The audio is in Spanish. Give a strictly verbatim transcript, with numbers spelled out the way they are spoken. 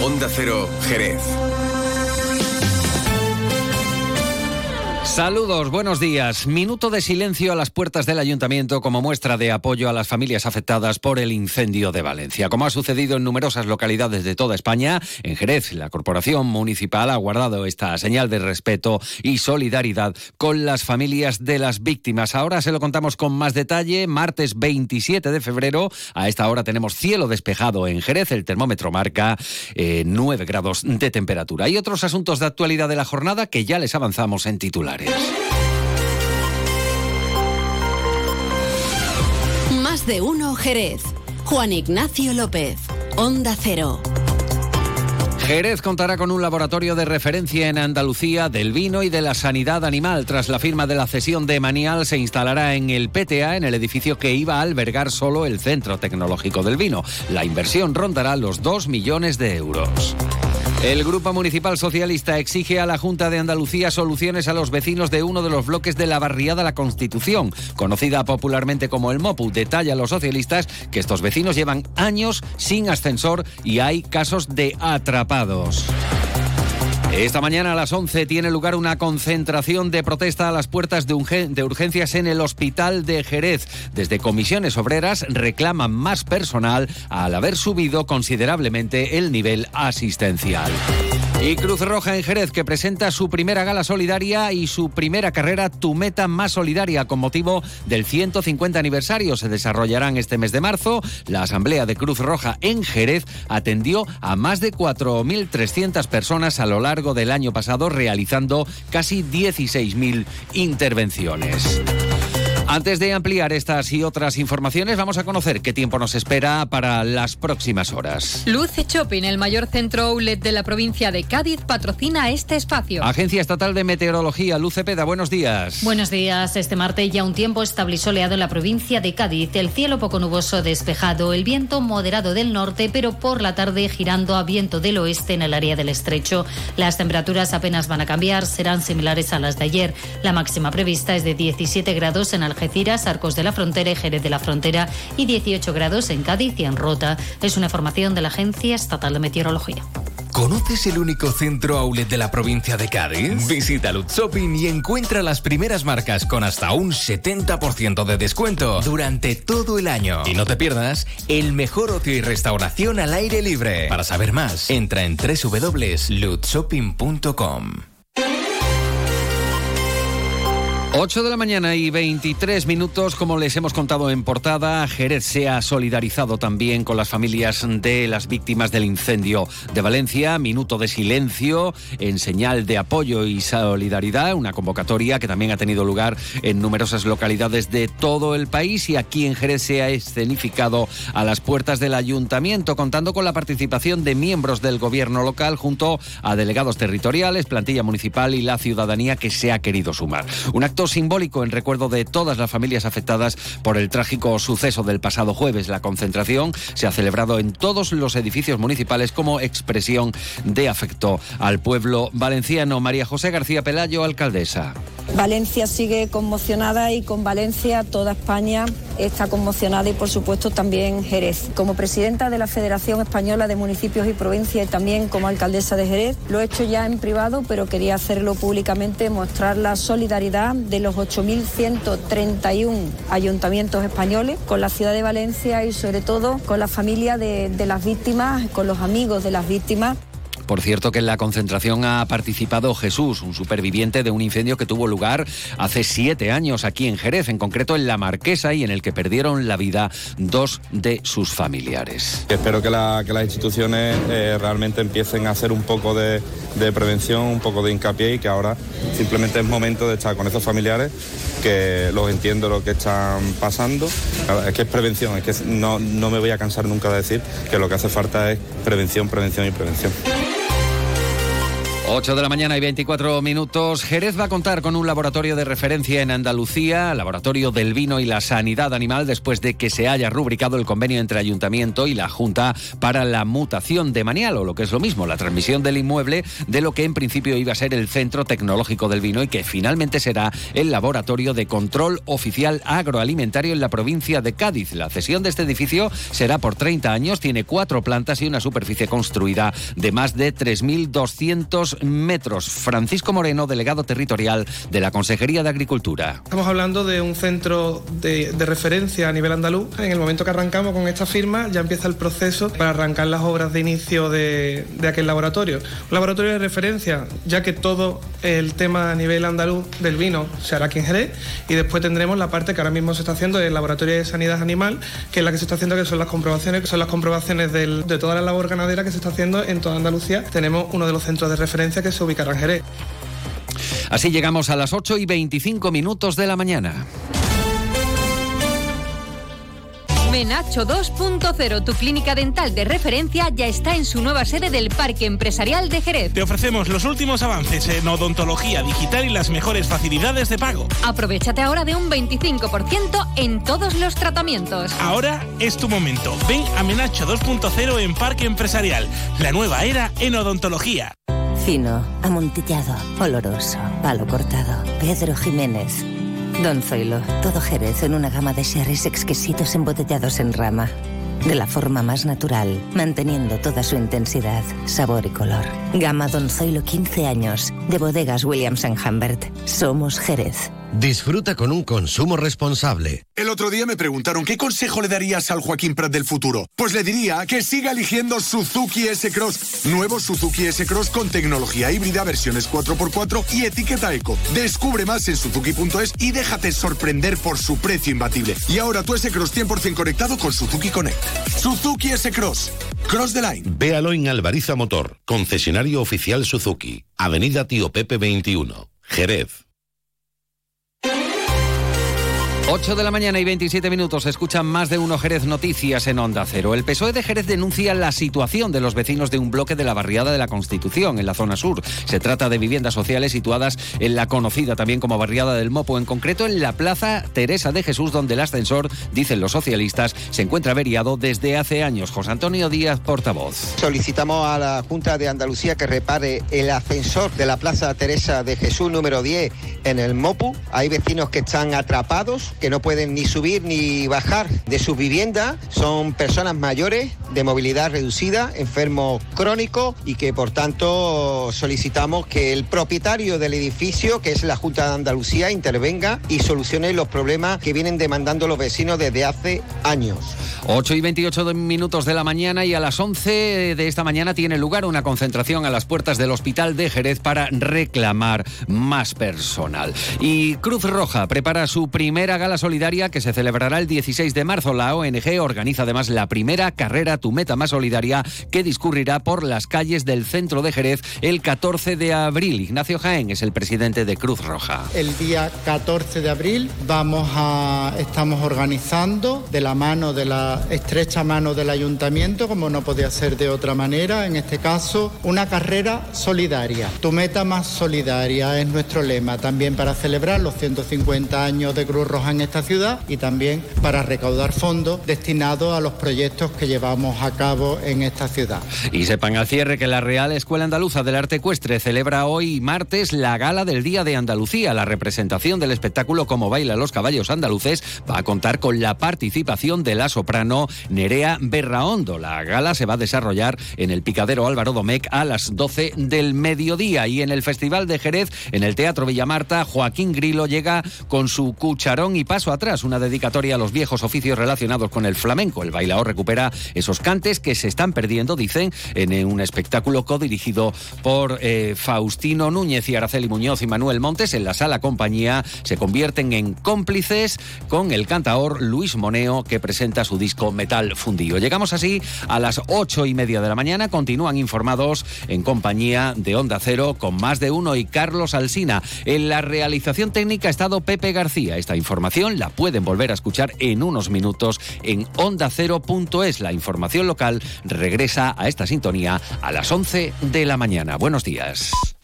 Onda Cero, Jerez. Saludos, buenos días. Minuto de silencio a las puertas del Ayuntamiento como muestra de apoyo a las familias afectadas por el incendio de Valencia. Como ha sucedido en numerosas localidades de toda España, en Jerez, la Corporación Municipal ha guardado esta señal de respeto y solidaridad con las familias de las víctimas. Ahora se lo contamos con más detalle. Martes veintisiete de febrero, a esta hora tenemos cielo despejado en Jerez. El termómetro marca eh, nueve grados de temperatura. Y otros asuntos de actualidad de la jornada que ya les avanzamos en titulares. Más de uno Jerez. Juan Ignacio López, Onda Cero. Jerez contará con un laboratorio de referencia en Andalucía del vino y de la sanidad animal. Tras la firma de la cesión de Manial, se instalará en el P T A, en el edificio que iba a albergar solo el Centro Tecnológico del Vino. La inversión rondará los dos millones de euros. El Grupo Municipal Socialista exige a la Junta de Andalucía soluciones a los vecinos de uno de los bloques de la barriada La Constitución, conocida popularmente como el Mopu. Detalla a los socialistas que estos vecinos llevan años sin ascensor y hay casos de atrapados. Esta mañana a las once tiene lugar una concentración de protesta a las puertas de, urgen- de urgencias en el Hospital de Jerez. Desde comisiones obreras reclaman más personal al haber subido considerablemente el nivel asistencial. Y Cruz Roja en Jerez, que presenta su primera gala solidaria y su primera carrera Tu Meta Más Solidaria con motivo del ciento cincuenta aniversario. Se desarrollarán este mes de marzo. La Asamblea de Cruz Roja en Jerez atendió a más de cuatro mil trescientas personas a lo largo del año pasado, realizando casi dieciséis mil intervenciones. Antes de ampliar estas y otras informaciones, vamos a conocer qué tiempo nos espera para las próximas horas. Luce Shopping, el mayor centro outlet de la provincia de Cádiz, patrocina este espacio. Agencia Estatal de Meteorología, Luz Cepeda, buenos días. Buenos días. Este martes ya un tiempo estable y soleado en la provincia de Cádiz. El cielo poco nuboso despejado, el viento moderado del norte, pero por la tarde girando a viento del oeste en el área del estrecho. Las temperaturas apenas van a cambiar, serán similares a las de ayer. La máxima prevista es de diecisiete grados en Algeciras, Arcos de la Frontera y Jerez de la Frontera y dieciocho grados en Cádiz y en Rota. Es una información de la Agencia Estatal de Meteorología. ¿Conoces el único centro outlet de la provincia de Cádiz? Visita Lutz Shopping y encuentra las primeras marcas con hasta un setenta por ciento de descuento durante todo el año. Y no te pierdas el mejor ocio y restauración al aire libre. Para saber más, entra en doble u doble u doble u punto lutz shopping punto com. ocho de la mañana y veintitrés minutos, como les hemos contado en portada, Jerez se ha solidarizado también con las familias de las víctimas del incendio de Valencia. Minuto de silencio en señal de apoyo y solidaridad, una convocatoria que también ha tenido lugar en numerosas localidades de todo el país, y aquí en Jerez se ha escenificado a las puertas del Ayuntamiento, contando con la participación de miembros del gobierno local junto a delegados territoriales, plantilla municipal y la ciudadanía que se ha querido sumar. Un acto simbólico en recuerdo de todas las familias afectadas por el trágico suceso del pasado jueves. La concentración se ha celebrado en todos los edificios municipales como expresión de afecto al pueblo valenciano. María José García Pelayo, alcaldesa. Valencia sigue conmocionada y con Valencia toda España está conmocionada y por supuesto también Jerez. Como presidenta de la Federación Española de Municipios y Provincias y también como alcaldesa de Jerez, lo he hecho ya en privado, pero quería hacerlo públicamente, mostrar la solidaridad de los ocho mil ciento treinta y uno ayuntamientos españoles con la ciudad de Valencia y sobre todo con la familia de, de las víctimas, con los amigos de las víctimas. Por cierto, que en la concentración ha participado Jesús, un superviviente de un incendio que tuvo lugar hace siete años aquí en Jerez, en concreto en La Marquesa, y en el que perdieron la vida dos de sus familiares. Espero que, la, que las instituciones eh, realmente empiecen a hacer un poco de, de prevención, un poco de hincapié, y que ahora simplemente es momento de estar con esos familiares, que los entiendo lo que están pasando. Es que es prevención, es que no, no me voy a cansar nunca de decir que lo que hace falta es prevención, prevención y prevención. ocho de la mañana y veinticuatro minutos. Jerez va a contar con un laboratorio de referencia en Andalucía, laboratorio del vino y la sanidad animal, después de que se haya rubricado el convenio entre Ayuntamiento y la Junta para la mutación de Manial, o lo que es lo mismo, la transmisión del inmueble de lo que en principio iba a ser el Centro Tecnológico del Vino y que finalmente será el laboratorio de control oficial agroalimentario en la provincia de Cádiz. La cesión de este edificio será por treinta años, tiene cuatro plantas y una superficie construida de más de tres mil doscientos metros. Francisco Moreno, delegado territorial de la Consejería de Agricultura. Estamos hablando de un centro de, de referencia a nivel andaluz. En el momento que arrancamos con esta firma ya empieza el proceso para arrancar las obras de inicio de, de aquel laboratorio. Un laboratorio de referencia, ya que todo el tema a nivel andaluz del vino se hará aquí en Jerez, y después tendremos la parte que ahora mismo se está haciendo del laboratorio de sanidad animal, que es la que se está haciendo, que son las comprobaciones, que son las comprobaciones del, de toda la labor ganadera que se está haciendo en toda Andalucía. Tenemos uno de los centros de referencia que se ubicará en Jerez. Así llegamos a las ocho y veinticinco minutos de la mañana. Menacho dos punto cero, tu clínica dental de referencia, ya está en su nueva sede del Parque Empresarial de Jerez. Te ofrecemos los últimos avances en odontología digital y las mejores facilidades de pago. Aprovechate ahora de un veinticinco por ciento en todos los tratamientos. Ahora es tu momento. Ven a Menacho dos punto cero en Parque Empresarial, la nueva era en odontología. Fino, amontillado, oloroso, palo cortado. Pedro Jiménez. Don Zoilo, todo Jerez en una gama de sherries exquisitos embotellados en rama. De la forma más natural, manteniendo toda su intensidad, sabor y color. Gama Don Zoilo quince años, de bodegas Williams and Humbert. Somos Jerez. Disfruta con un consumo responsable. El otro día me preguntaron ¿qué consejo le darías al Joaquín Prat del futuro? Pues le diría que siga eligiendo Suzuki S-Cross. Nuevo Suzuki S-Cross con tecnología híbrida, versiones cuatro por cuatro y etiqueta eco. Descubre más en suzuki punto es y déjate sorprender por su precio imbatible. Y ahora tu S-Cross cien por ciento conectado con Suzuki Connect. Suzuki S-Cross. Cross the line. Véalo en Alvariza Motor, concesionario oficial Suzuki. Avenida Tío Pepe veintiuno, Jerez. ocho de la mañana y veintisiete minutos. Escuchan Más de Uno Jerez Noticias en Onda Cero. El P S O E de Jerez denuncia la situación de los vecinos de un bloque de la barriada de la Constitución, en la zona sur. Se trata de viviendas sociales situadas en la conocida también como barriada del Mopo, en concreto en la Plaza Teresa de Jesús, donde el ascensor, dicen los socialistas, se encuentra averiado desde hace años. José Antonio Díaz, portavoz. Solicitamos a la Junta de Andalucía que repare el ascensor de la Plaza Teresa de Jesús número diez en el Mopu. Hay vecinos que están atrapados, que no pueden ni subir ni bajar de sus viviendas. Son personas mayores de movilidad reducida, enfermos crónicos, y que por tanto solicitamos que el propietario del edificio, que es la Junta de Andalucía, intervenga y solucione los problemas que vienen demandando los vecinos desde hace años. ocho y veintiocho minutos de la mañana, y a las once de esta mañana tiene lugar una concentración a las puertas del Hospital de Jerez para reclamar más personal. Y Cruz Roja prepara su primera gala solidaria que se celebrará el dieciséis de marzo. La O N G organiza además la primera carrera Tu Meta Más Solidaria, que discurrirá por las calles del centro de Jerez el catorce de abril. Ignacio Jaén es el presidente de Cruz Roja. El día catorce de abril vamos a, estamos organizando de la mano de la estrecha mano del ayuntamiento, como no podía ser de otra manera, en este caso, una carrera solidaria. Tu Meta Más Solidaria es nuestro lema, también para celebrar los ciento cincuenta años de Cruz Roja en esta ciudad y también para recaudar fondos destinados a los proyectos que llevamos a cabo en esta ciudad. Y sepan al cierre que la Real Escuela Andaluza del Arte Ecuestre celebra hoy martes la Gala del Día de Andalucía. La representación del espectáculo Como bailan los caballos andaluces va a contar con la participación de la soprano Nerea Berraondo. La gala se va a desarrollar en el Picadero Álvaro Domecq a las doce del mediodía. Y en el Festival de Jerez, en el Teatro Villamarta, Joaquín Grilo llega con su Cucharón y Paso Atrás, una dedicatoria a los viejos oficios relacionados con el flamenco. El bailaor recupera esos cantes que se están perdiendo, dicen, en un espectáculo codirigido por eh, Faustino Núñez y Araceli Muñoz y Manuel Montes. En la Sala Compañía se convierten en cómplices con el cantaor Luis Moneo, que presenta su disco Metal Fundido. Llegamos así a las ocho y media de la mañana. Continúan informados en compañía de Onda Cero con Más de Uno y Carlos Alsina. En la realización técnica ha estado Pepe García. Esta información la pueden volver a escuchar en unos minutos en onda cero punto es. La información local regresa a esta sintonía a las once de la mañana. Buenos días.